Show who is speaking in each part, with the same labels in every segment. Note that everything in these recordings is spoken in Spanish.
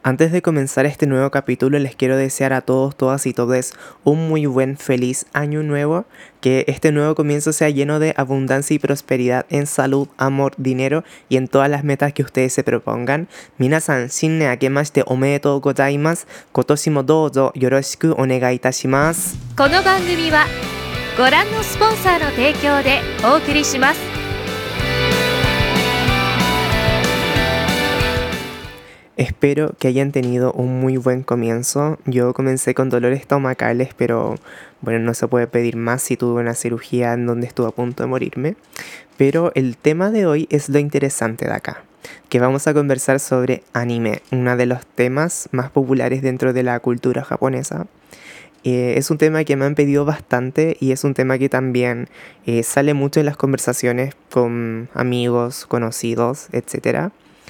Speaker 1: Antes de comenzar este nuevo capítulo, les quiero desear a todos, todas y todes un muy buen, feliz año nuevo. Que este nuevo comienzo sea lleno de abundancia y prosperidad en salud, amor, dinero y en todas las metas que ustedes se propongan. Minasan, shinne akemashite omedetou gozaimasu. Kotoshi mo douzo yoroshiku onegai itashimasu.
Speaker 2: この番組はご覧のスポンサーの提供でお送りします。
Speaker 1: Espero que hayan tenido un muy buen comienzo. Yo comencé con dolores estomacales, pero bueno, no se puede pedir más si tuve una cirugía en donde estuve a punto de morirme. Pero el tema de hoy es lo interesante de acá, que vamos a conversar sobre anime, uno de los temas más populares dentro de la cultura japonesa. Es un tema que me han pedido bastante y es un tema que también sale mucho en las conversaciones con amigos, conocidos, etcétera.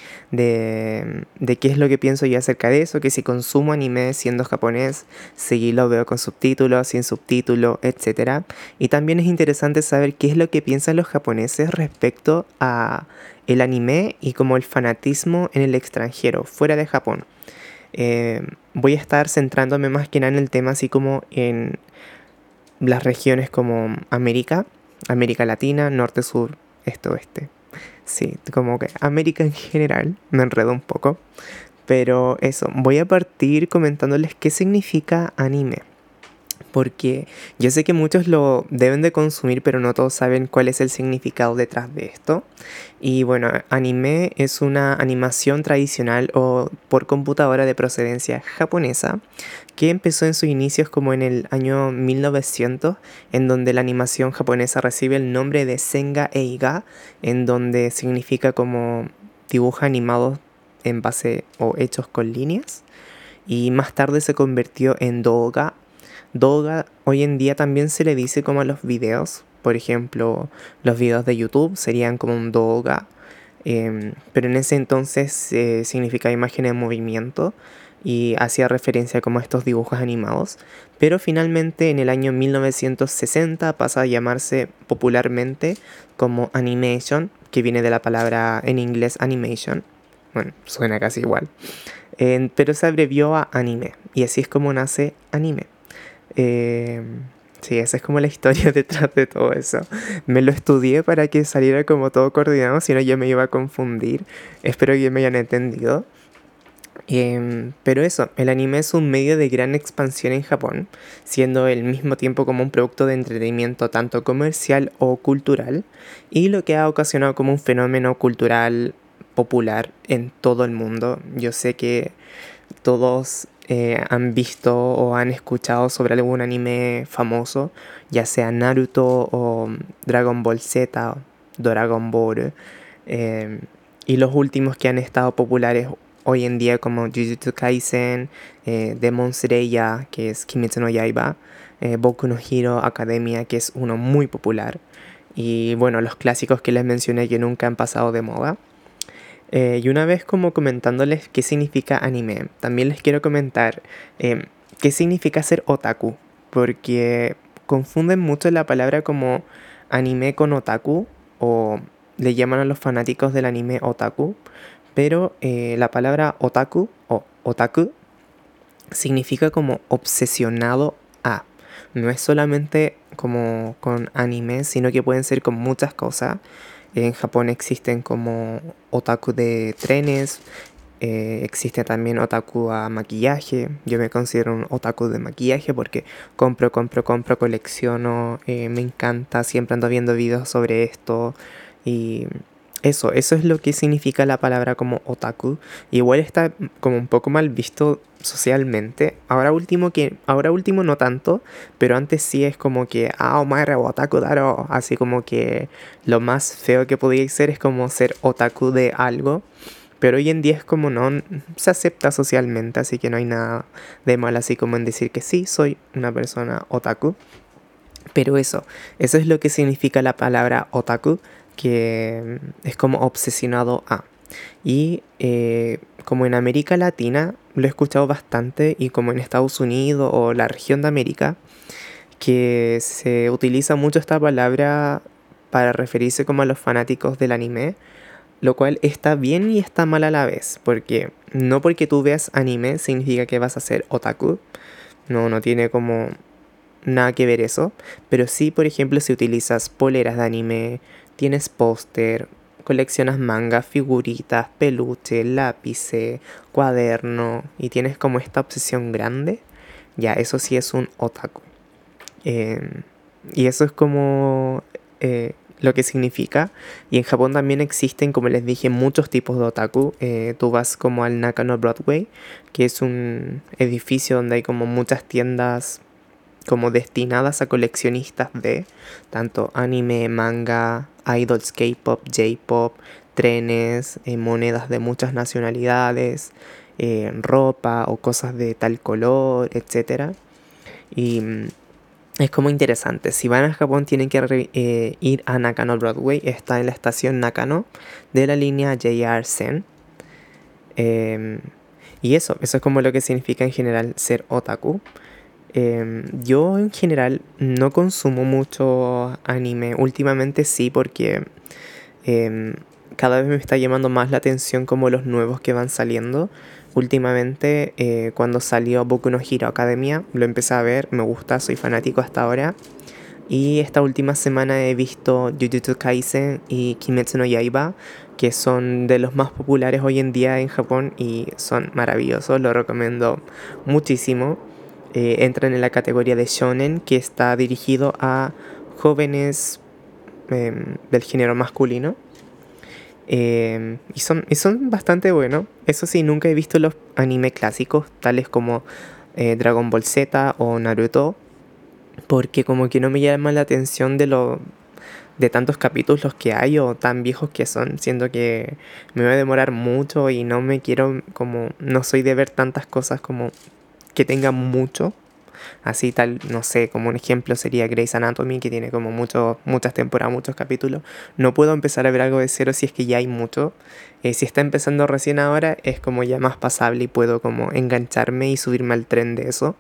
Speaker 1: De qué es lo que pienso yo acerca de eso, que si consumo anime siendo japonés, si lo veo con subtítulos, sin subtítulos, etc. Y también es interesante saber qué es lo que piensan los japoneses respecto a el anime y como el fanatismo en el extranjero, fuera de Japón. Voy a estar centrándome más que nada en el tema así como en las regiones como América Latina, norte, sur, este, oeste. Sí, como que América en general, me enredo un poco. Pero eso, voy a partir comentándoles qué significa anime. Porque yo sé que muchos lo deben de consumir, pero no todos saben cuál es el significado detrás de esto. Y bueno, anime es una animación tradicional o por computadora de procedencia japonesa que empezó en sus inicios como en el año 1900, en donde la animación japonesa recibe el nombre de Senga Eiga, en donde significa como dibujos animados en base o hechos con líneas. Y más tarde se convirtió en Douga. Douga hoy en día también se le dice como a los videos. Por ejemplo, los videos de YouTube serían como un Douga. Pero en ese entonces significaba imagen en movimiento y hacía referencia como a estos dibujos animados. Pero finalmente en el año 1960 pasa a llamarse popularmente como animation, que viene de la palabra en inglés animation. Bueno, suena casi igual. Pero se abrevió a anime y así es como nace anime. Sí, esa es como la historia detrás de todo eso. Me lo estudié para que saliera como todo coordinado, si no yo me iba a confundir. Espero que me hayan entendido. Pero eso, el anime es un medio de gran expansión en Japón, siendo al mismo tiempo como un producto de entretenimiento tanto comercial o cultural, y lo que ha ocasionado como un fenómeno cultural popular en todo el mundo. Yo sé que todos han visto o han escuchado sobre algún anime famoso, ya sea Naruto o Dragon Ball Z o Dragon Ball, y los últimos que han estado populares hoy en día como Jujutsu Kaisen, Demon Slayer, que es Kimetsu no Yaiba, Boku no Hero Academia, que es uno muy popular, y bueno, los clásicos que les mencioné que nunca han pasado de moda. Y una vez como comentándoles qué significa anime, también les quiero comentar qué significa ser otaku, porque confunden mucho la palabra como anime con otaku, o le llaman a los fanáticos del anime otaku, pero la palabra otaku o otaku significa como obsesionado a. No es solamente como con anime, sino que pueden ser con muchas cosas. En Japón existen como otaku de trenes, existe también otaku a maquillaje. Yo me considero un otaku de maquillaje porque compro, colecciono, me encanta, siempre ando viendo videos sobre esto y eso es lo que significa la palabra como otaku. Igual está como un poco mal visto socialmente. Ahora último no tanto, pero antes sí es como que, omae wa otaku daro. Así como que lo más feo que podía ser es como ser otaku de algo. Pero hoy en día es como no se acepta socialmente, así que no hay nada de mal así como en decir que sí, soy una persona otaku. Pero eso es lo que significa la palabra otaku, que es como obsesionado a. Y como en América Latina lo he escuchado bastante, y como en Estados Unidos o la región de América, que se utiliza mucho esta palabra para referirse como a los fanáticos del anime. lo cual está bien y está mal a la vez, porque no porque tú veas anime significa que vas a ser otaku, no tiene como nada que ver eso, pero sí, por ejemplo, si utilizas poleras de anime, tienes póster, coleccionas mangas, figuritas, peluche, lápices, cuaderno y tienes como esta obsesión grande, ya, eso sí es un otaku. Em, y eso es como lo que significa. Y en Japón también existen, como les dije, muchos tipos de otaku. Tú vas como al Nakano Broadway, que es un edificio donde hay como muchas tiendas como destinadas a coleccionistas de tanto anime, manga, idols, K-pop, J-pop, trenes, monedas de muchas nacionalidades, ropa o cosas de tal color, etcétera. Y es como interesante. Si van a Japón tienen que ir a Nakano Broadway. Está en la estación Nakano de la línea JR Sen. Em, y eso es como lo que significa en general ser otaku. Yo en general no consumo mucho anime. Últimamente sí, porque em, cada vez me está llamando más la atención como los nuevos que van saliendo. Últimamente, cuando salió Boku no Hero Academia, lo empecé a ver, me gusta, soy fanático hasta ahora. Y esta última semana he visto Jujutsu Kaisen y Kimetsu no Yaiba, que son de los más populares hoy en día en Japón y son maravillosos, lo recomiendo muchísimo. Entran en la categoría de shonen, que está dirigido a jóvenes del género masculino. Y son bastante buenos. Eso sí, nunca he visto los anime clásicos, tales como Dragon Ball Z o Naruto, porque como que no me llama la atención de tantos capítulos que hay o tan viejos que son, siento que me va a demorar mucho y no me quiero, como no soy de ver tantas cosas como que tengan mucho. Así tal, no sé, como un ejemplo sería Grey's Anatomy, que tiene como muchas temporadas, muchos capítulos. No puedo empezar a ver algo de cero si es que ya hay mucho. Si está empezando recién ahora, es como ya más pasable y puedo como engancharme y subirme al tren de eso.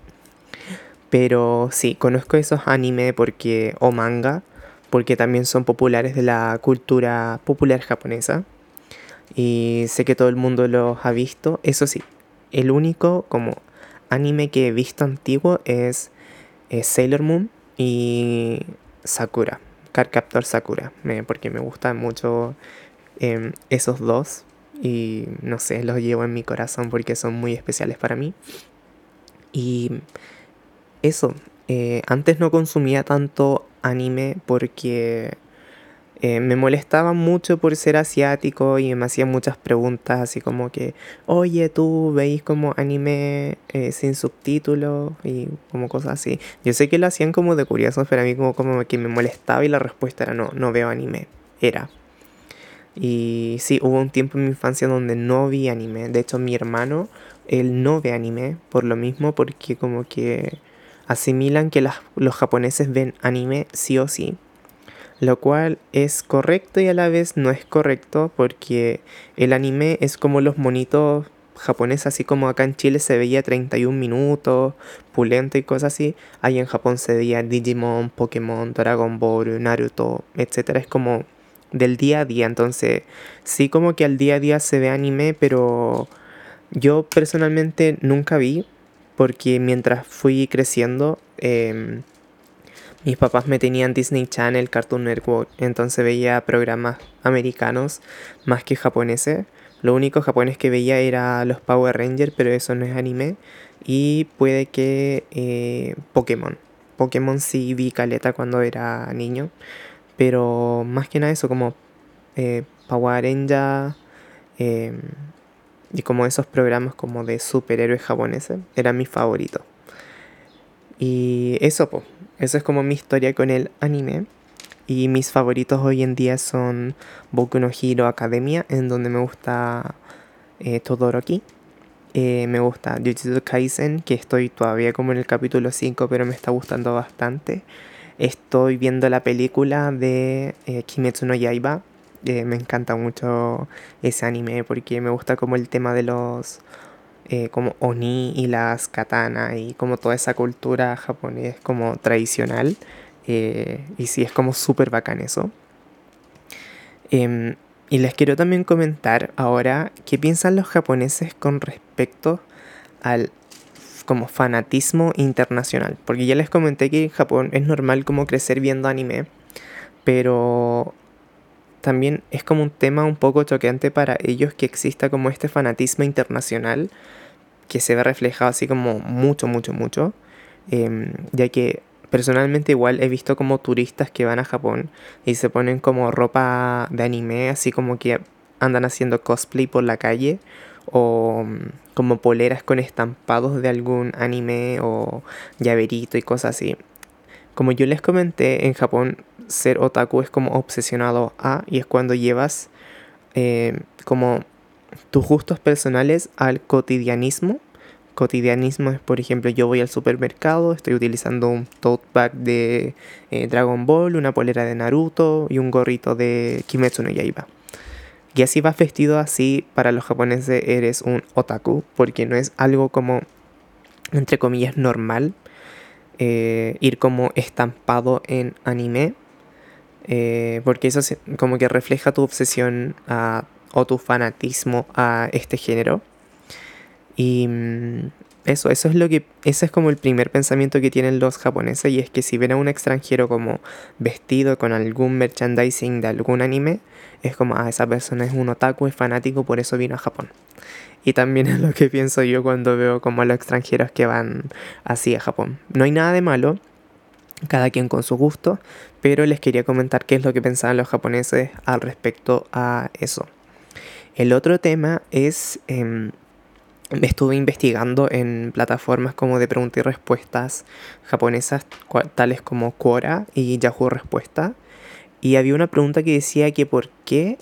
Speaker 1: Pero sí, conozco esos anime o manga, porque también son populares de la cultura popular japonesa. Y sé que todo el mundo los ha visto. Eso sí, el único como anime que he visto antiguo es Sailor Moon y Sakura, Cardcaptor Sakura, porque me gustan mucho esos dos y no sé, los llevo en mi corazón porque son muy especiales para mí. Y eso, antes no consumía tanto anime porque me molestaba mucho por ser asiático y me hacían muchas preguntas así como que, oye, ¿tú veis como anime sin subtítulos? Y como cosas así. Yo sé que lo hacían como de curiosos, pero a mí como que me molestaba y la respuesta era no veo anime. Era. Y sí, hubo un tiempo en mi infancia donde no vi anime. De hecho, mi hermano, él no ve anime por lo mismo, porque como que asimilan que los japoneses ven anime sí o sí, lo cual es correcto y a la vez no es correcto porque el anime es como los monitos japoneses, así como acá en Chile se veía 31 minutos, pulento y cosas así. Ahí en Japón se veía Digimon, Pokémon, Dragon Ball, Naruto, etcétera. Es como del día a día, entonces sí, como que al día a día se ve anime, pero yo personalmente nunca vi porque mientras fui creciendo mis papás me tenían Disney Channel, Cartoon Network, entonces veía programas americanos más que japoneses. Lo único japonés que veía era los Power Rangers, pero eso no es anime. Y puede que Pokémon. Pokémon sí vi caleta cuando era niño, pero más que nada eso, como Power Rangers eh, y como esos programas como de superhéroes japoneses, eran mis favoritos. Y eso, pues, eso es como mi historia con el anime. Y mis favoritos hoy en día son Boku no Hero Academia, en donde me gusta Todoroki. Me gusta Jujutsu Kaisen, que estoy todavía como en el capítulo 5, pero me está gustando bastante. Estoy viendo la película de Kimetsu no Yaiba. Me encanta mucho ese anime porque me gusta como el tema de los como Oni y las katana y como toda esa cultura japonés como tradicional. Y sí, es como súper bacán eso. Em, Y les quiero también comentar ahora qué piensan los japoneses con respecto al como fanatismo internacional. Porque ya les comenté que en Japón es normal como crecer viendo anime, pero también es como un tema un poco choqueante para ellos que exista como este fanatismo internacional que se ve reflejado así como mucho, mucho, mucho. Ya que personalmente igual he visto como turistas que van a Japón y se ponen como ropa de anime, así como que andan haciendo cosplay por la calle o como poleras con estampados de algún anime o llaverito y cosas así. Como yo les comenté, en Japón ser otaku es como obsesionado a y es cuando llevas como tus gustos personales al cotidianismo. Cotidianismo es, por ejemplo, yo voy al supermercado, estoy utilizando un tote bag de Dragon Ball, una polera de Naruto y un gorrito de Kimetsu no Yaiba. Y así vas vestido así, para los japoneses eres un otaku, porque no es algo como, entre comillas, normal ir como estampado en anime, porque eso como que refleja tu obsesión o tu fanatismo a este género. Y eso es lo que, ese es como el primer pensamiento que tienen los japoneses, y es que si ven a un extranjero como vestido con algún merchandising de algún anime, es como, esa persona es un otaku, es fanático, por eso vino a Japón. Y también es lo que pienso yo cuando veo como a los extranjeros que van así a Japón. No hay nada de malo, cada quien con su gusto, pero les quería comentar qué es lo que pensaban los japoneses al respecto a eso. El otro tema es, estuve investigando en plataformas como de preguntas y respuestas japonesas, tales como Quora y Yahoo Respuesta, y había una pregunta que decía que por qué...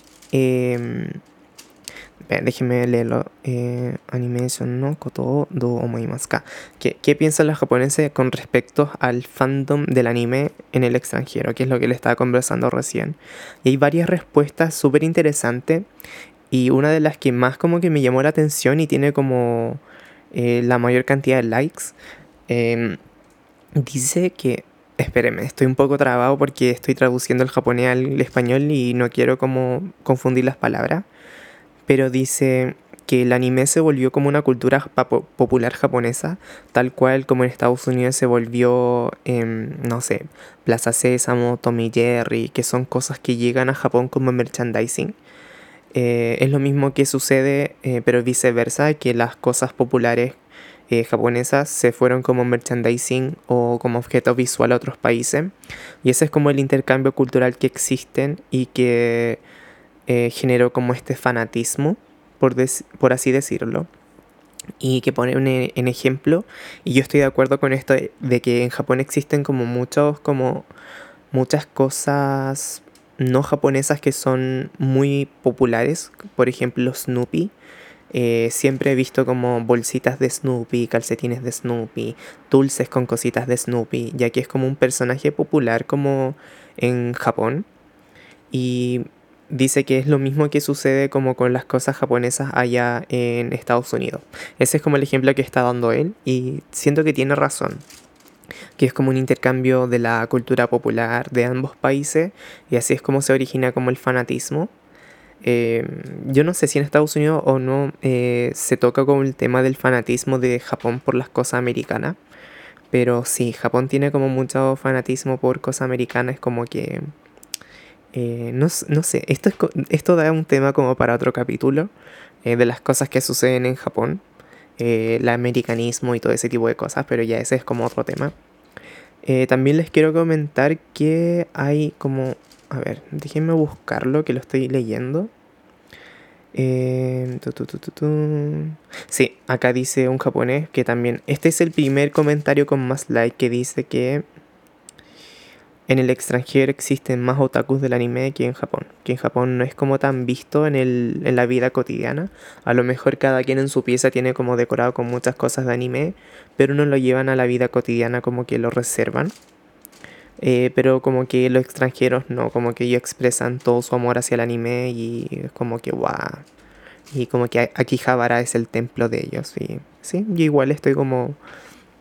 Speaker 1: déjenme leerlo. Animation no koto do omoimasu ka. ¿Qué piensan los japoneses con respecto al fandom del anime en el extranjero? Que es lo que le estaba conversando recién. Y hay varias respuestas súper interesantes. Y una de las que más como que me llamó la atención y tiene como la mayor cantidad de likes, dice que... Espéreme, estoy un poco trabado porque estoy traduciendo el japonés al español y no quiero como confundir las palabras. Pero dice que el anime se volvió como una cultura popular japonesa, tal cual como en Estados Unidos se volvió, no sé, Plaza Sésamo, Tom y Jerry, que son cosas que llegan a Japón como merchandising. Es lo mismo que sucede, pero viceversa, que las cosas populares japonesas se fueron como merchandising o como objeto visual a otros países. Y ese es como el intercambio cultural que existen y que generó como este fanatismo, por así decirlo. Y que pone en ejemplo, y yo estoy de acuerdo con esto de que en Japón existen como muchas cosas no japonesas que son muy populares. Por ejemplo, Snoopy. Siempre he visto como bolsitas de Snoopy, calcetines de Snoopy, dulces con cositas de Snoopy, ya que es como un personaje popular como en Japón. Y dice que es lo mismo que sucede como con las cosas japonesas allá en Estados Unidos. Ese es como el ejemplo que está dando él y siento que tiene razón, que es como un intercambio de la cultura popular de ambos países y así es como se origina como el fanatismo. Yo no sé si en Estados Unidos o no se toca como el tema del fanatismo de Japón por las cosas americanas, pero sí, Japón tiene como mucho fanatismo por cosas americanas, es como que... no sé, esto da un tema como para otro capítulo de las cosas que suceden en Japón, el americanismo y todo ese tipo de cosas, pero ya ese es como otro tema. También les quiero comentar que hay como... A ver, déjenme buscarlo, que lo estoy leyendo. Sí, acá dice un japonés que también... Este es el primer comentario con más like que dice que en el extranjero existen más otakus del anime que en Japón. Que en Japón no es como tan visto en la vida cotidiana. A lo mejor cada quien en su pieza tiene como decorado con muchas cosas de anime, pero no lo llevan a la vida cotidiana, como que lo reservan. Pero como que los extranjeros no, como que ellos expresan todo su amor hacia el anime y es como que guau. Y como que Akihabara es el templo de ellos. Y sí, yo igual estoy como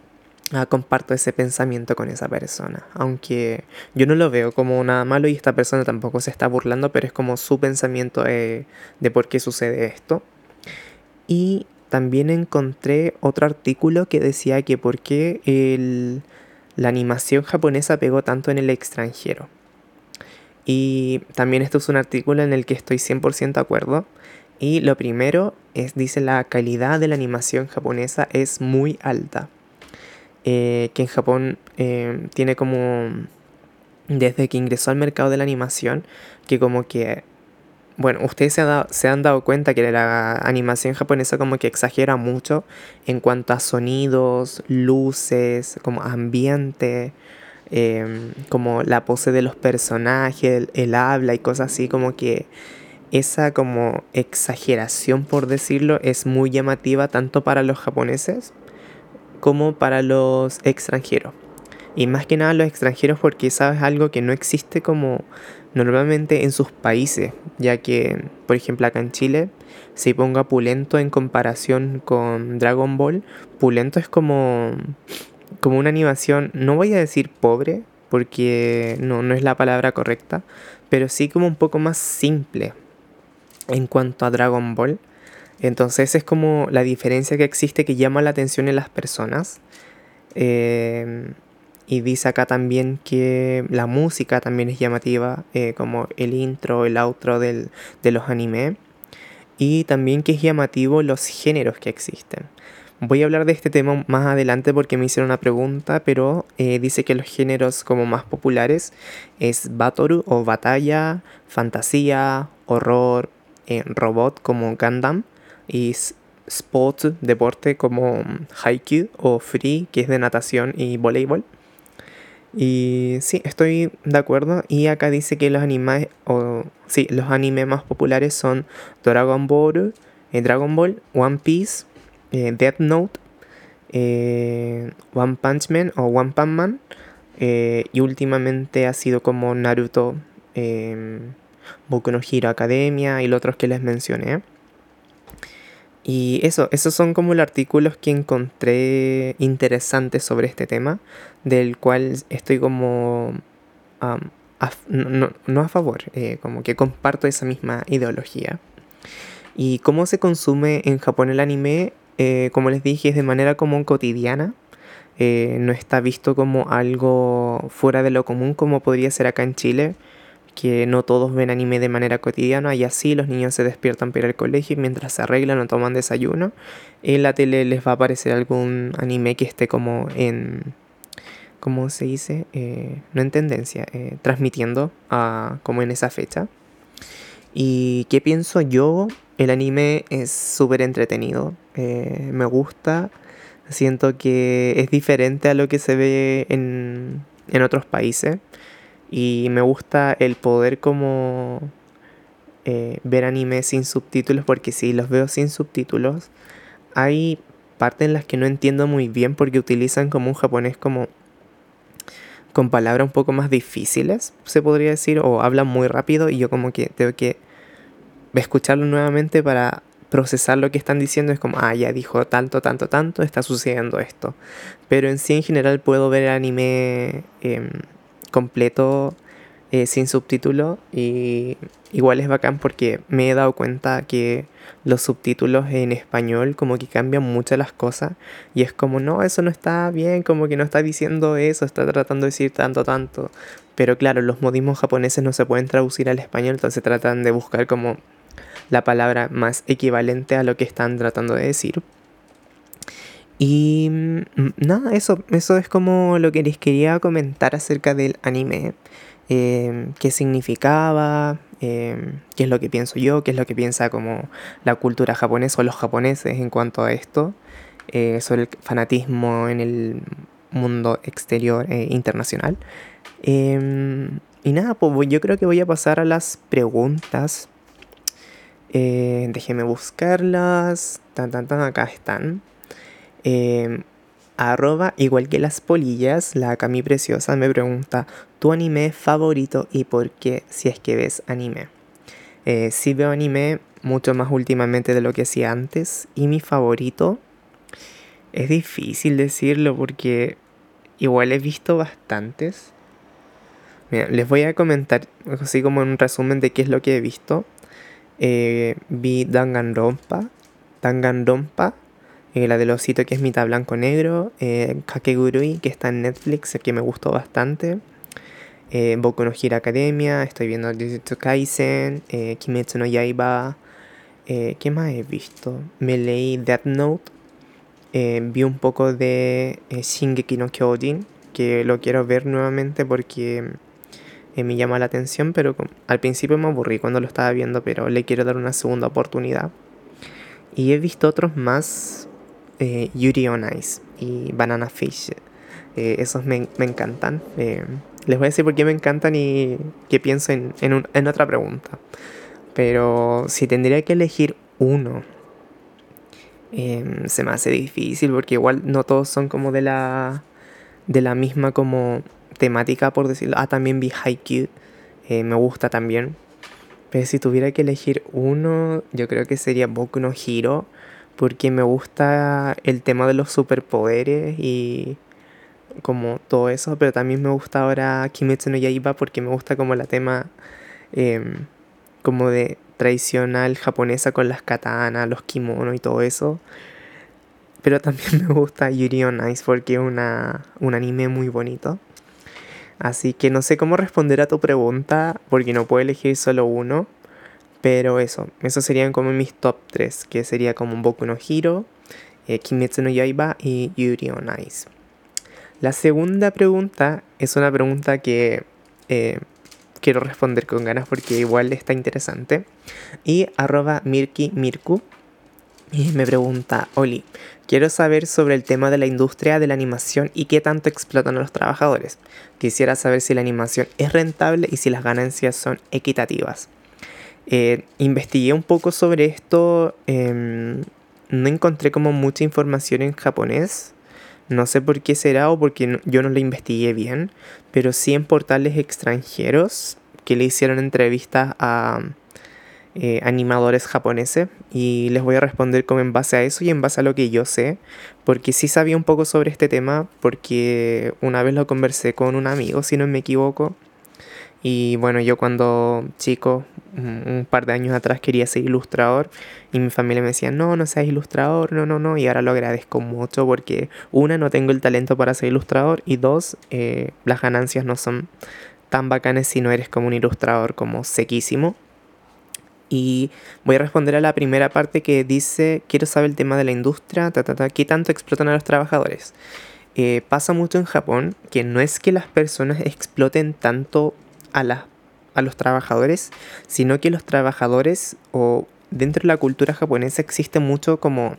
Speaker 1: comparto ese pensamiento con esa persona. Aunque yo no lo veo como nada malo y esta persona tampoco se está burlando, pero es como su pensamiento de por qué sucede esto. Y también encontré otro artículo que decía que por qué la animación japonesa pegó tanto en el extranjero. Y también esto es un artículo en el que estoy 100% de acuerdo. Y lo primero es, dice, la calidad de la animación japonesa es muy alta. Que en Japón tiene como, desde que ingresó al mercado de la animación, que como que, bueno, ustedes se han dado cuenta que la animación japonesa como que exagera mucho en cuanto a sonidos, luces, como ambiente, como la pose de los personajes, el habla y cosas así, como que esa como exageración, por decirlo, es muy llamativa tanto para los japoneses como para los extranjeros. Y más que nada los extranjeros porque sabes algo que no existe como normalmente en sus países, ya que, por ejemplo, acá en Chile, si pongo a Pulento en comparación con Dragon Ball, Pulento es como una animación, no voy a decir pobre, porque no es la palabra correcta, pero sí como un poco más simple en cuanto a Dragon Ball. Entonces es como la diferencia que existe que llama la atención en las personas. Y dice acá también que la música también es llamativa, como el intro, el outro de los anime. Y también que es llamativo los géneros que existen. Voy a hablar de este tema más adelante porque me hicieron una pregunta, pero dice que los géneros como más populares es Batoru o batalla, fantasía, horror, robot como Gundam y sport, deporte como Haikyuu o Free, que es de natación y voleibol. Y sí, estoy de acuerdo. Y acá dice que los animes, los animes más populares son Dragon Ball, One Piece, Death Note, One Punch Man o One Punch Man. Y últimamente ha sido como Naruto, Boku no Hero Academia y los otros que les mencioné. Y esos son como los artículos que encontré interesantes sobre este tema, del cual estoy como, no a favor, como que comparto esa misma ideología. Y cómo se consume en Japón el anime, como les dije, es de manera como cotidiana. No está visto como algo fuera de lo común como podría ser acá en Chile, que no todos ven anime de manera cotidiana y así los niños se despiertan para ir al colegio y mientras se arreglan o toman desayuno, en la tele les va a aparecer algún anime que esté como en, ¿cómo se dice? No en tendencia, transmitiendo como en esa fecha. ¿Y qué pienso yo? El anime es súper entretenido, me gusta, siento que es diferente a lo que se ve en otros países. Y me gusta el poder como ver anime sin subtítulos, porque si los veo sin subtítulos, hay partes en las que no entiendo muy bien porque utilizan como un japonés como con palabras un poco más difíciles, se podría decir, o hablan muy rápido y yo como que tengo que escucharlo nuevamente para procesar lo que están diciendo. Es como, ya dijo tanto, tanto, tanto, está sucediendo esto. Pero en sí, en general, puedo ver el anime completo sin subtítulos y igual es bacán porque me he dado cuenta que los subtítulos en español como que cambian mucho las cosas y es como, no, eso no está bien, como que no está diciendo eso, está tratando de decir tanto, tanto. Pero claro, los modismos japoneses no se pueden traducir al español, entonces tratan de buscar como la palabra más equivalente a lo que están tratando de decir. Y nada, eso es como lo que les quería comentar acerca del anime. Qué significaba, qué es lo que pienso yo, qué es lo que piensa como la cultura japonesa o los japoneses en cuanto a esto, sobre el fanatismo en el mundo exterior internacional. Y nada, pues yo creo que voy a pasar a las preguntas. Déjenme buscarlas. Acá están. Arroba igual que las polillas, la Cami Preciosa me pregunta tu anime favorito y por qué, si es que ves anime. Sí veo anime mucho más últimamente de lo que hacía antes y mi favorito Es difícil decirlo porque igual he visto bastantes. Mira, les voy a comentar así como en un resumen de qué es lo que he visto. Vi Danganronpa, la del osito que es mitad blanco-negro, Kakegurui, que está en Netflix, que me gustó bastante, Boku no Hero Academia, estoy viendo Jujutsu Kaisen, Kimetsu no Yaiba, ¿qué más he visto? Me leí Death Note, vi un poco de Shingeki no Kyojin, que lo quiero ver nuevamente porque me llama la atención, pero al principio me aburrí cuando lo estaba viendo, pero le quiero dar una segunda oportunidad. Y he visto otros más, Yuri on Ice y Banana Fish. Esos me encantan. Les voy a decir por qué me encantan y qué pienso en otra pregunta. Pero si tendría que elegir uno, se me hace difícil porque igual no todos son como de la misma como temática, por decirlo. También vi Haikyuu, me gusta también. Pero si tuviera que elegir uno, yo creo que sería Boku no Hero, porque me gusta el tema de los superpoderes y como todo eso, pero también me gusta ahora Kimetsu no Yaiba porque me gusta como la tema em, como de tradicional japonesa con las katanas, los kimonos y todo eso. Pero también me gusta Yuri on Ice porque es un anime muy bonito. Así que no sé cómo responder a tu pregunta porque no puedo elegir solo uno. Pero eso serían como mis top 3, que sería como Boku no Hero, Kimetsu no Yaiba y Yuri on Ice. La segunda pregunta es una pregunta que quiero responder con ganas porque igual está interesante. Y @mirkimirku me pregunta: Oli, quiero saber sobre el tema de la industria de la animación y qué tanto explotan a los trabajadores. Quisiera saber si la animación es rentable y si las ganancias son equitativas. Investigué un poco sobre esto, no encontré como mucha información en japonés. No sé por qué será o porque yo no lo investigué bien, pero sí en portales extranjeros que le hicieron entrevistas a animadores japoneses y les voy a responder como en base a eso y en base a lo que yo sé, porque sí sabía un poco sobre este tema porque una vez lo conversé con un amigo, si no me equivoco. Y bueno, yo cuando chico, un par de años atrás, quería ser ilustrador y mi familia me decía: no, no seas ilustrador, no, no, no. Y ahora lo agradezco mucho porque una, no tengo el talento para ser ilustrador y dos, las ganancias no son tan bacanas si no eres como un ilustrador como sequísimo. Y voy a responder a la primera parte que dice: quiero saber el tema de la industria, ¿qué tanto explotan a los trabajadores? Pasa mucho en Japón que no es que las personas exploten tanto a, a los trabajadores, sino que los trabajadores o dentro de la cultura japonesa existe mucho como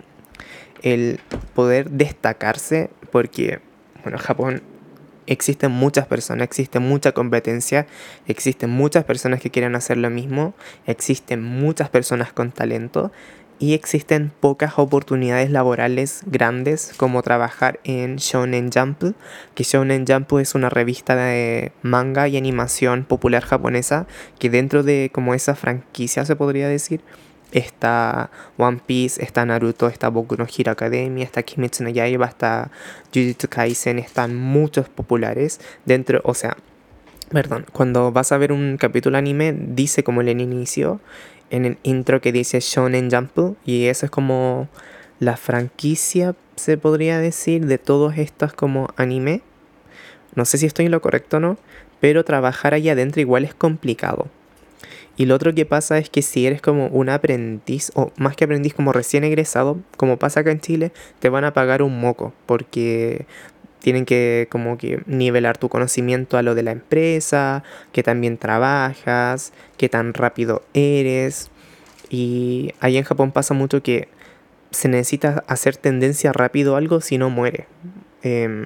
Speaker 1: el poder destacarse porque, bueno, Japón existen muchas personas, existe mucha competencia, existen muchas personas que quieren hacer lo mismo, existen muchas personas con talento y existen pocas oportunidades laborales grandes como trabajar en Shonen Jump, que Shonen Jump es una revista de manga y animación popular japonesa que dentro de como esa franquicia se podría decir está One Piece, está Naruto, está Boku no Hero Academia, está Kimetsu no Yaiba, está Jujutsu Kaisen, están muchos populares dentro, o sea, perdón, cuando vas a ver un capítulo anime dice como en el inicio, en el intro que dice Shonen Jump y eso es como la franquicia, se podría decir, de todos estos como anime. No sé si estoy en lo correcto o no, pero trabajar allá adentro igual es complicado. Y lo otro que pasa es que si eres como un aprendiz, o más que aprendiz, como recién egresado, como pasa acá en Chile, te van a pagar un moco, porque tienen que como que nivelar tu conocimiento a lo de la empresa, que también trabajas, qué tan rápido eres. Y ahí en Japón pasa mucho que se necesita hacer tendencia rápido a algo si no muere. Em,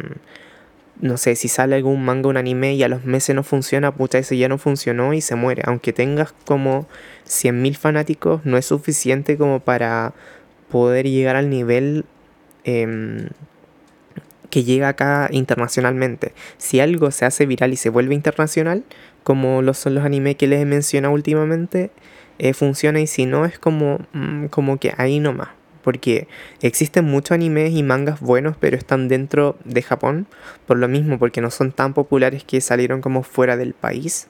Speaker 1: no sé, si sale algún manga, un anime y a los meses no funciona, pucha, ese ya no funcionó y se muere. Aunque tengas como 100.000 fanáticos, no es suficiente como para poder llegar al nivel em, que llega acá internacionalmente. Si algo se hace viral y se vuelve internacional, como lo son los animes que les he mencionado últimamente, funciona y si no es como que ahí nomás. porque existen muchos animes y mangas buenos, pero están dentro de Japón, por lo mismo, porque no son tan populares que salieron como fuera del país.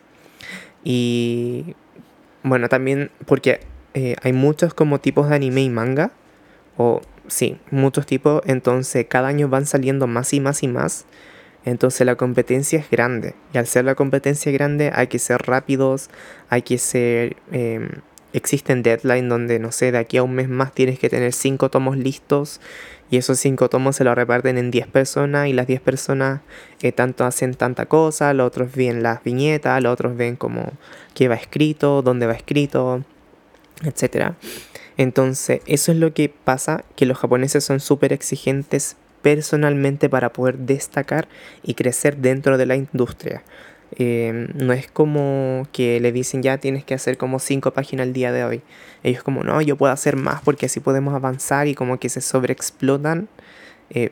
Speaker 1: Y bueno, también porque hay muchos como tipos de anime y manga, o sí, muchos tipos, entonces cada año van saliendo más y más y más. Entonces la competencia es grande. Y al ser la competencia grande hay que ser rápidos, hay que ser... existen deadlines donde, no sé, de aquí a un mes más tienes que tener 5 tomos listos. Y esos 5 tomos se los reparten en 10 personas. Y las 10 personas tanto hacen tanta cosa. Los otros ven las viñetas, los otros ven como qué va escrito, dónde va escrito, etcétera. Entonces, eso es lo que pasa, que los japoneses son súper exigentes personalmente para poder destacar y crecer dentro de la industria. No es como que le dicen ya tienes que hacer como 5 páginas al día de hoy. Ellos como no, yo puedo hacer más porque así podemos avanzar y como que se sobreexplotan eh,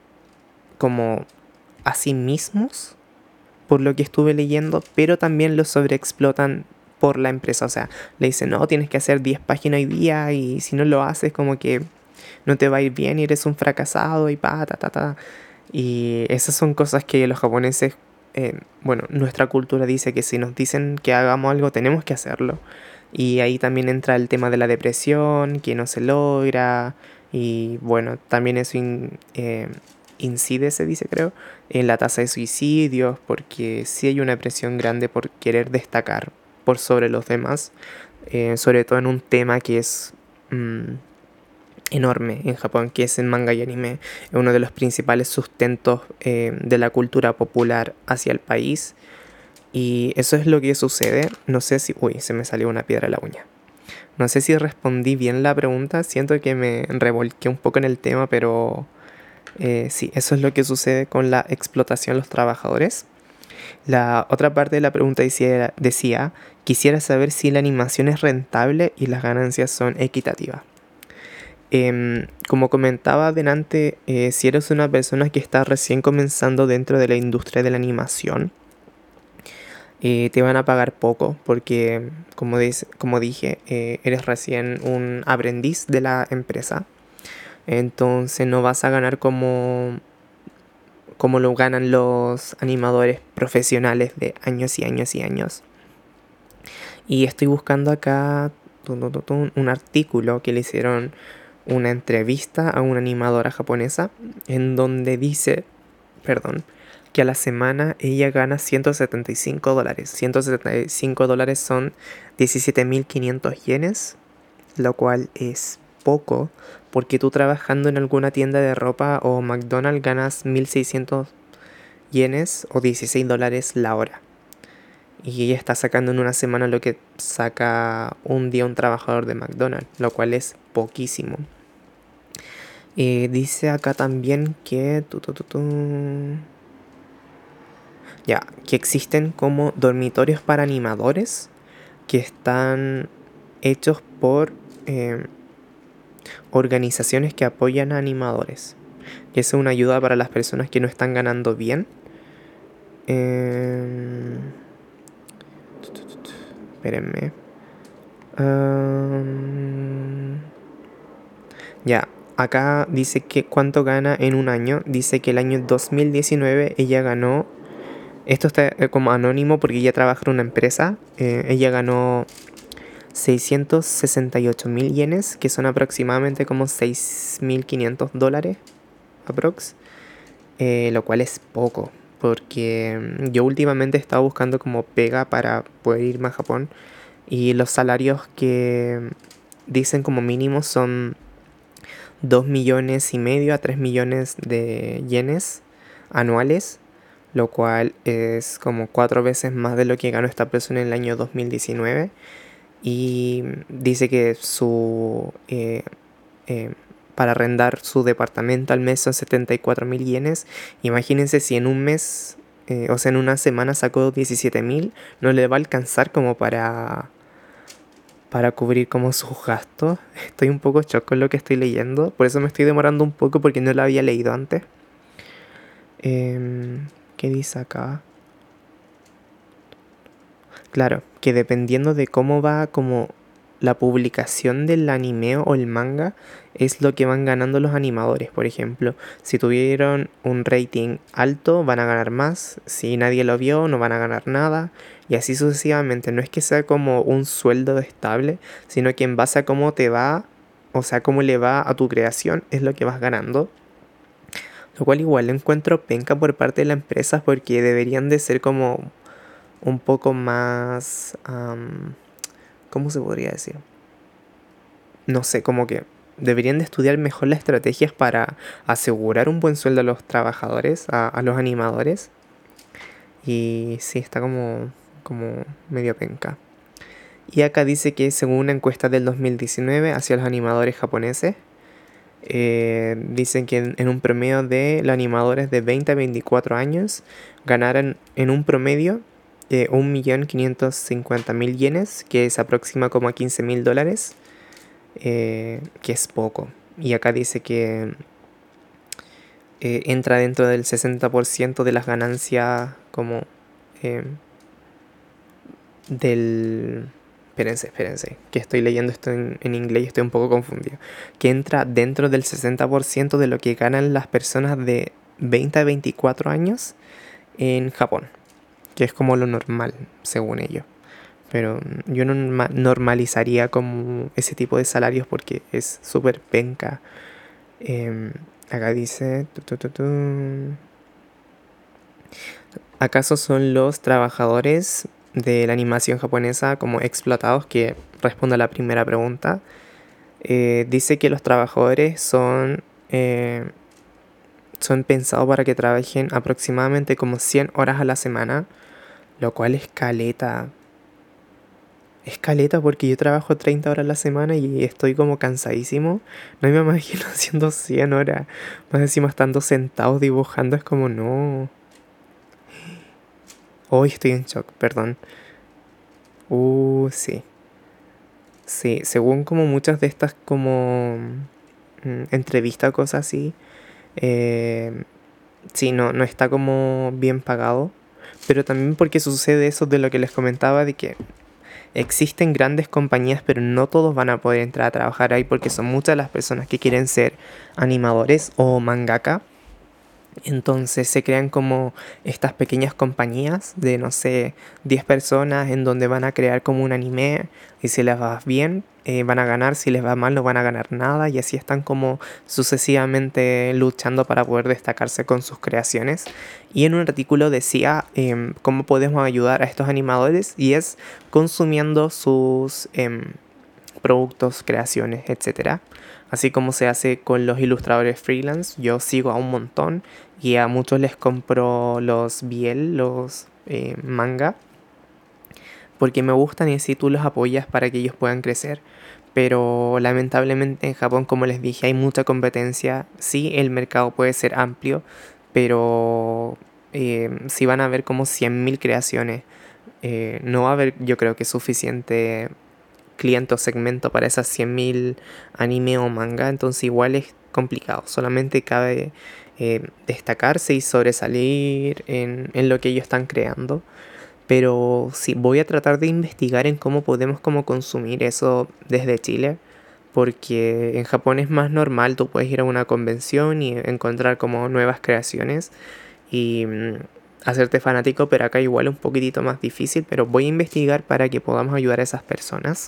Speaker 1: como a sí mismos por lo que estuve leyendo, pero también lo sobreexplotan por la empresa. O sea, le dicen, no, tienes que hacer 10 páginas hoy día y si no lo haces como que no te va a ir bien y eres un fracasado y pa, ta, ta, ta. Y esas son cosas que los japoneses, bueno, nuestra cultura dice que si nos dicen que hagamos algo tenemos que hacerlo. Y ahí también entra el tema de la depresión, que no se logra. Y bueno, también eso incide, se dice creo, en la tasa de suicidios, porque sí hay una presión grande por querer destacar por sobre los demás, sobre todo en un tema que es enorme en Japón, que es el manga y anime, es uno de los principales sustentos de la cultura popular hacia el país. Y eso es lo que sucede. No sé si... Uy, se me salió una piedra en la uña. No sé si respondí bien la pregunta. Siento que me revolqué un poco en el tema, pero sí, eso es lo que sucede con la explotación de los trabajadores. La otra parte de la pregunta decía, quisiera saber si la animación es rentable y las ganancias son equitativas. Como comentaba adelante, si eres una persona que está recién comenzando dentro de la industria de la animación, te van a pagar poco porque, como dije, eres recién un aprendiz de la empresa. Entonces no vas a ganar como lo ganan los animadores profesionales de años y años y años. Y estoy buscando acá un artículo que le hicieron una entrevista a una animadora japonesa en donde dice, perdón, que a la semana ella gana $175. $175 son 17.500 yenes, lo cual es poco, porque tú trabajando en alguna tienda de ropa o McDonald's ganas 1.600 yenes o $16 la hora. Y ella está sacando en una semana lo que saca un día un trabajador de McDonald's, lo cual es poquísimo. Dice acá también que... Ya, que existen como dormitorios para animadores que están hechos por organizaciones que apoyan a animadores. Y eso es una ayuda para las personas que no están ganando bien. Espérenme. Ya, acá dice que cuánto gana en un año. Dice que el año 2019 ella ganó. Esto está como anónimo porque ella trabaja en una empresa. Ella ganó 668.000 yenes, que son aproximadamente como $6.500 aprox. Lo cual es poco, porque yo últimamente he estado buscando como pega para poder irme a Japón y los salarios que dicen como mínimo son 2,5 millones a 3 millones de yenes anuales, lo cual es como 4 veces más de lo que ganó esta persona en el año 2019. Y dice que para arrendar su departamento al mes son 74.000 yenes. Imagínense si en un mes, o sea, en una semana sacó 17.000, no le va a alcanzar como para cubrir como sus gastos. Estoy un poco choco con lo que estoy leyendo, por eso me estoy demorando un poco porque no lo había leído antes. ¿Qué dice acá? Claro, que dependiendo de cómo va como la publicación del anime o el manga es lo que van ganando los animadores. Por ejemplo, si tuvieron un rating alto, van a ganar más. Si nadie lo vio, no van a ganar nada. Y así sucesivamente. No es que sea como un sueldo estable, sino que en base a cómo te va, o sea, cómo le va a tu creación, es lo que vas ganando. Lo cual igual lo encuentro penca por parte de la empresa porque deberían de ser como un poco más... ¿cómo se podría decir? No sé, como que deberían de estudiar mejor las estrategias para asegurar un buen sueldo a los trabajadores, a los animadores. Y sí, está como medio penca. Y acá dice que según una encuesta del 2019 hacia los animadores japoneses, dicen que en un promedio de los animadores de 20 a 24 años ganaran en un promedio 1.550.000 yenes, que se aproxima como a $15.000, que es poco. Y acá dice que entra dentro del 60% de las ganancias como eh, del... Espérense, que estoy leyendo esto en inglés y estoy un poco confundido. Que entra dentro del 60% de lo que ganan las personas de 20 a 24 años en Japón, que es como lo normal, según ellos. Pero yo no normalizaría como ese tipo de salarios porque es súper penca. Acá dice... ¿Acaso son los trabajadores de la animación japonesa como explotados? Que responde a la primera pregunta. Dice que los trabajadores son pensados para que trabajen aproximadamente como 100 horas a la semana, lo cual es caleta. Es caleta porque yo trabajo 30 horas a la semana y estoy como cansadísimo. No me imagino haciendo 100 horas. Más encima estando sentados dibujando es como no. Hoy estoy en shock, perdón. Sí. Sí, según como muchas de estas como entrevistas o cosas así, sí, no está como bien pagado. Pero también porque sucede eso de lo que les comentaba, de que existen grandes compañías, pero no todos van a poder entrar a trabajar ahí porque son muchas las personas que quieren ser animadores o mangaka. Entonces se crean como estas pequeñas compañías de, no sé, 10 personas en donde van a crear como un anime y si les va bien van a ganar, si les va mal no van a ganar nada y así están como sucesivamente luchando para poder destacarse con sus creaciones. Y en un artículo decía cómo podemos ayudar a estos animadores y es consumiendo sus productos, creaciones, etcétera. Así como se hace con los ilustradores freelance, yo sigo a un montón y a muchos les compro los BL, los manga, porque me gustan y así tú los apoyas para que ellos puedan crecer. Pero lamentablemente en Japón, como les dije, hay mucha competencia. Sí, el mercado puede ser amplio, pero si van a haber como 100.000 creaciones, no va a haber, yo creo que suficiente cliente o segmento para esas 100.000 anime o manga, entonces igual es complicado. Solamente cabe destacarse y sobresalir en lo que ellos están creando. Pero sí, voy a tratar de investigar en cómo podemos como consumir eso desde Chile. Porque en Japón es más normal, tú puedes ir a una convención y encontrar como nuevas creaciones y hacerte fanático, pero acá igual es un poquitito más difícil, pero voy a investigar para que podamos ayudar a esas personas.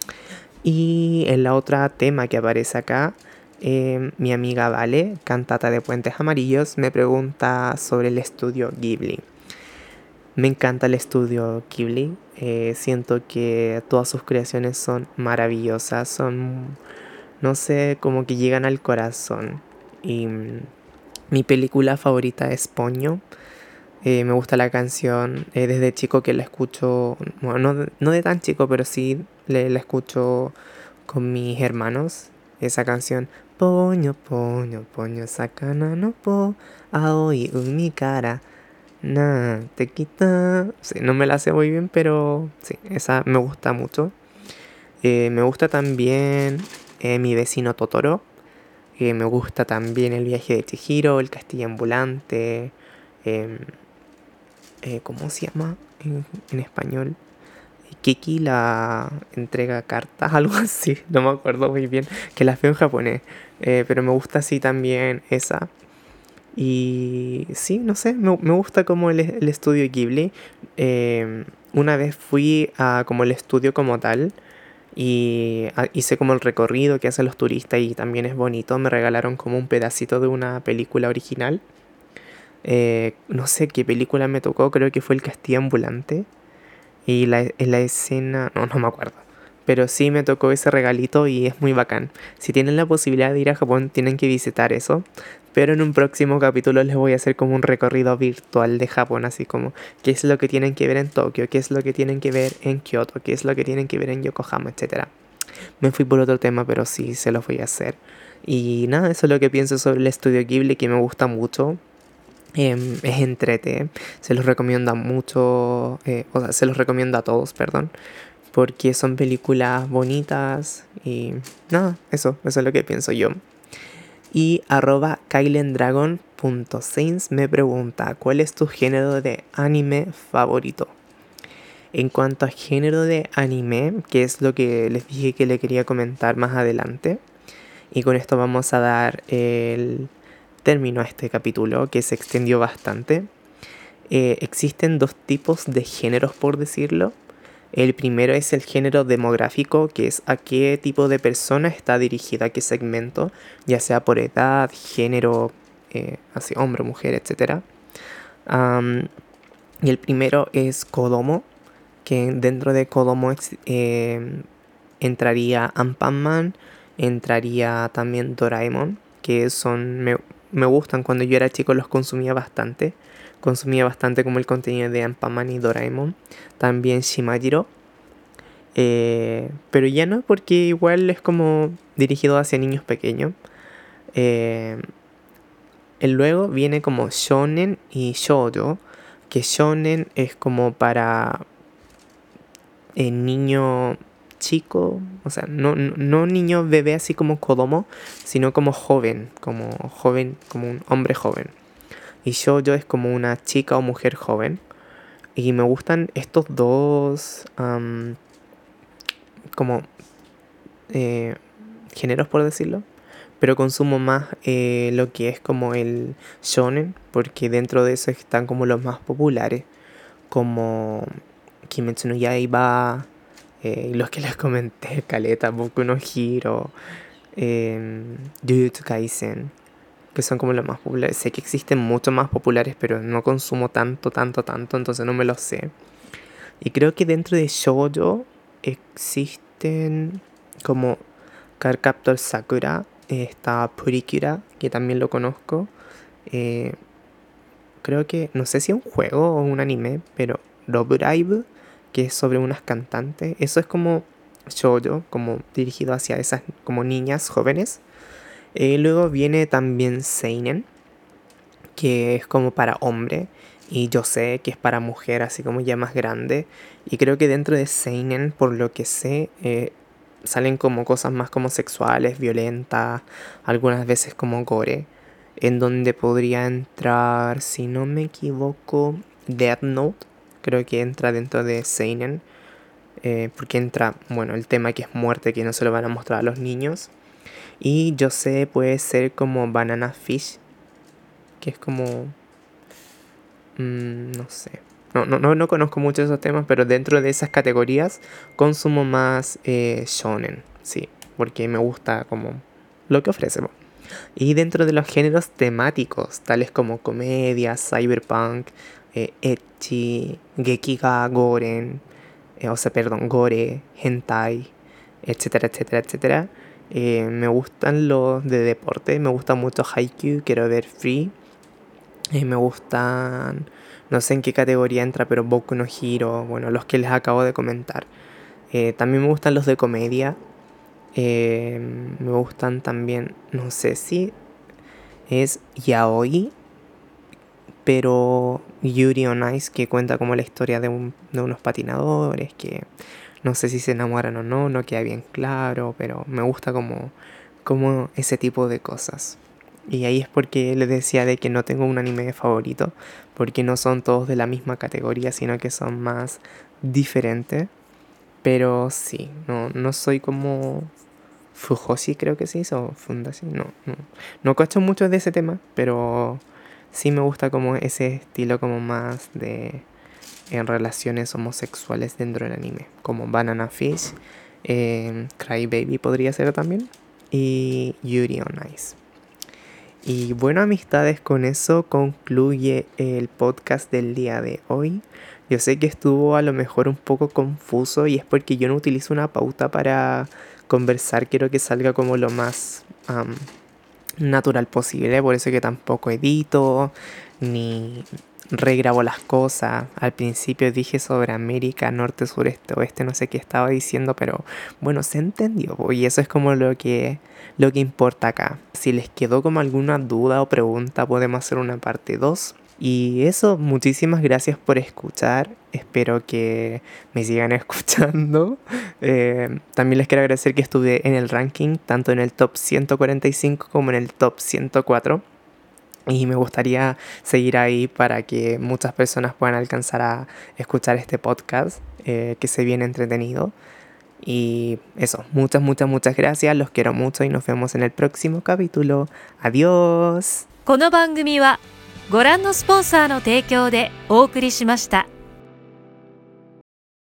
Speaker 1: Y en la otra tema que aparece acá, mi amiga Vale, cantata de Puentes Amarillos, me pregunta sobre el estudio Ghibli. Me encanta el estudio Ghibli, siento que todas sus creaciones son maravillosas, son, no sé, como que llegan al corazón. Y mi película favorita es Ponyo. Me gusta la canción desde chico que la escucho, bueno, no de tan chico, pero sí la escucho con mis hermanos. Esa canción, Poño, poño, poño, sakana no po, aoi umi kara, na, te quita. Sí, no me la sé muy bien, pero sí, esa me gusta mucho. Me gusta también Mi vecino Totoro. Me gusta también El viaje de Chihiro, El castillo ambulante. em, ¿Cómo se llama en español? Kiki la entrega cartas, algo así, no me acuerdo muy bien, que las veo en japonés, pero me gusta así también esa. Y sí, no sé, me gusta como el estudio Ghibli. Una vez fui a como el estudio como tal y hice como el recorrido que hacen los turistas y también es bonito. Me regalaron como un pedacito de una película original. No sé qué película me tocó, creo que fue El Castillo Ambulante. Y en la escena, no me acuerdo. Pero sí me tocó ese regalito y es muy bacán. Si tienen la posibilidad de ir a Japón, tienen que visitar eso. Pero en un próximo capítulo les voy a hacer como un recorrido virtual de Japón, así como qué es lo que tienen que ver en Tokio, qué es lo que tienen que ver en Kioto, qué es lo que tienen que ver en Yokohama, etcétera. Me fui por otro tema, pero sí, se los voy a hacer. Y nada, eso es lo que pienso sobre el estudio Ghibli, que me gusta mucho. Es entrete, se los recomiendo mucho, o sea, se los recomiendo a todos, perdón, porque son películas bonitas y nada, eso es lo que pienso yo. Y @kylendragon.saints me pregunta, ¿cuál es tu género de anime favorito? En cuanto a género de anime, que es lo que les dije que le quería comentar más adelante, y con esto vamos a dar el término a este capítulo que se extendió bastante. Existen dos tipos de géneros, por decirlo. El primero es el género demográfico, que es a qué tipo de persona está dirigida, a qué segmento, ya sea por edad, género, así hombre, mujer, etc. Y el primero es Kodomo, que dentro de Kodomo entraría Anpanman, entraría también Doraemon, que me gustan. Cuando yo era chico los consumía bastante. Consumía bastante como el contenido de Anpanman y Doraemon. También Shimajiro. Pero ya no, porque igual es como dirigido hacia niños pequeños. Luego viene como Shonen y Shoujo. Que Shonen es como para niño chico, o sea, no niño bebé así como Kodomo, sino como joven, como un hombre joven. Y shoujo es como una chica o mujer joven. Y me gustan estos dos como géneros, por decirlo. Pero consumo más lo que es como el shonen, porque dentro de eso están como los más populares, como Kimetsu no Yaiba, los que les comenté, Caleta, Boku no Hero, Jujutsu Kaisen, que son como los más populares. Sé que existen muchos más populares, pero no consumo tanto, entonces no me lo sé. Y creo que dentro de shoujo existen como Cardcaptor Sakura, está Purikura, que también lo conozco. Creo que, no sé si es un juego o un anime, pero Love Live, que es sobre unas cantantes. Eso es como shoujo, como dirigido hacia esas como niñas jóvenes. Luego viene también Seinen, que es como para hombre. Y yo sé que es para mujer, así como ya más grande. Y creo que dentro de Seinen, por lo que sé, salen como cosas más como sexuales, violentas, algunas veces como gore. En donde podría entrar, si no me equivoco, Death Note. Creo que entra dentro de Seinen. Porque entra, bueno, el tema que es muerte, que no se lo van a mostrar a los niños. Y yo sé, puede ser como Banana Fish, que es como... no sé. No conozco mucho esos temas, pero dentro de esas categorías consumo más shonen, sí, porque me gusta como lo que ofrece. Y dentro de los géneros temáticos, tales como comedia, cyberpunk, ecchi, gekiga, goren, gore, hentai, etcétera, etcétera, etcétera. Me gustan los de deporte, me gusta mucho Haikyuu, quiero ver Free. Me gustan, no sé en qué categoría entra, pero Boku no Hero, bueno, los que les acabo de comentar. También me gustan los de comedia. Me gustan también, no sé si es yaoi, pero Yuri on Ice, que cuenta como la historia de unos patinadores que no sé si se enamoran o no, no queda bien claro, pero me gusta como ese tipo de cosas. Y ahí es porque les decía de que no tengo un anime favorito, porque no son todos de la misma categoría, sino que son más diferentes. Pero sí, no soy como Fujoshi, creo que se hizo, o Fundashi, no cacho mucho de ese tema, pero sí me gusta como ese estilo como más de en relaciones homosexuales dentro del anime, como Banana Fish, Cry Baby podría ser también, y Yuri on Ice. Y bueno, amistades, con eso concluye el podcast del día de hoy. Yo sé que estuvo a lo mejor un poco confuso y es porque yo no utilizo una pauta para conversar. Quiero que salga como lo más natural posible, por eso que tampoco edito ni regrabo las cosas. Al principio dije sobre América, norte, sureste, oeste, no sé qué estaba diciendo, pero bueno, se entendió, y eso es como lo que importa acá. Si les quedó como alguna duda o pregunta, podemos hacer una parte 2. Y eso, muchísimas gracias por escuchar. Espero que me sigan escuchando. También les quiero agradecer que estuve en el ranking, tanto en el top 145 como en el top 104. Y me gustaría seguir ahí para que muchas personas puedan alcanzar a escuchar este podcast, que se viene entretenido. Y eso, muchas gracias. Los quiero mucho y nos vemos en el próximo capítulo. Adiós.
Speaker 2: この番組はご覧のスポンサーの提供でお送りしました。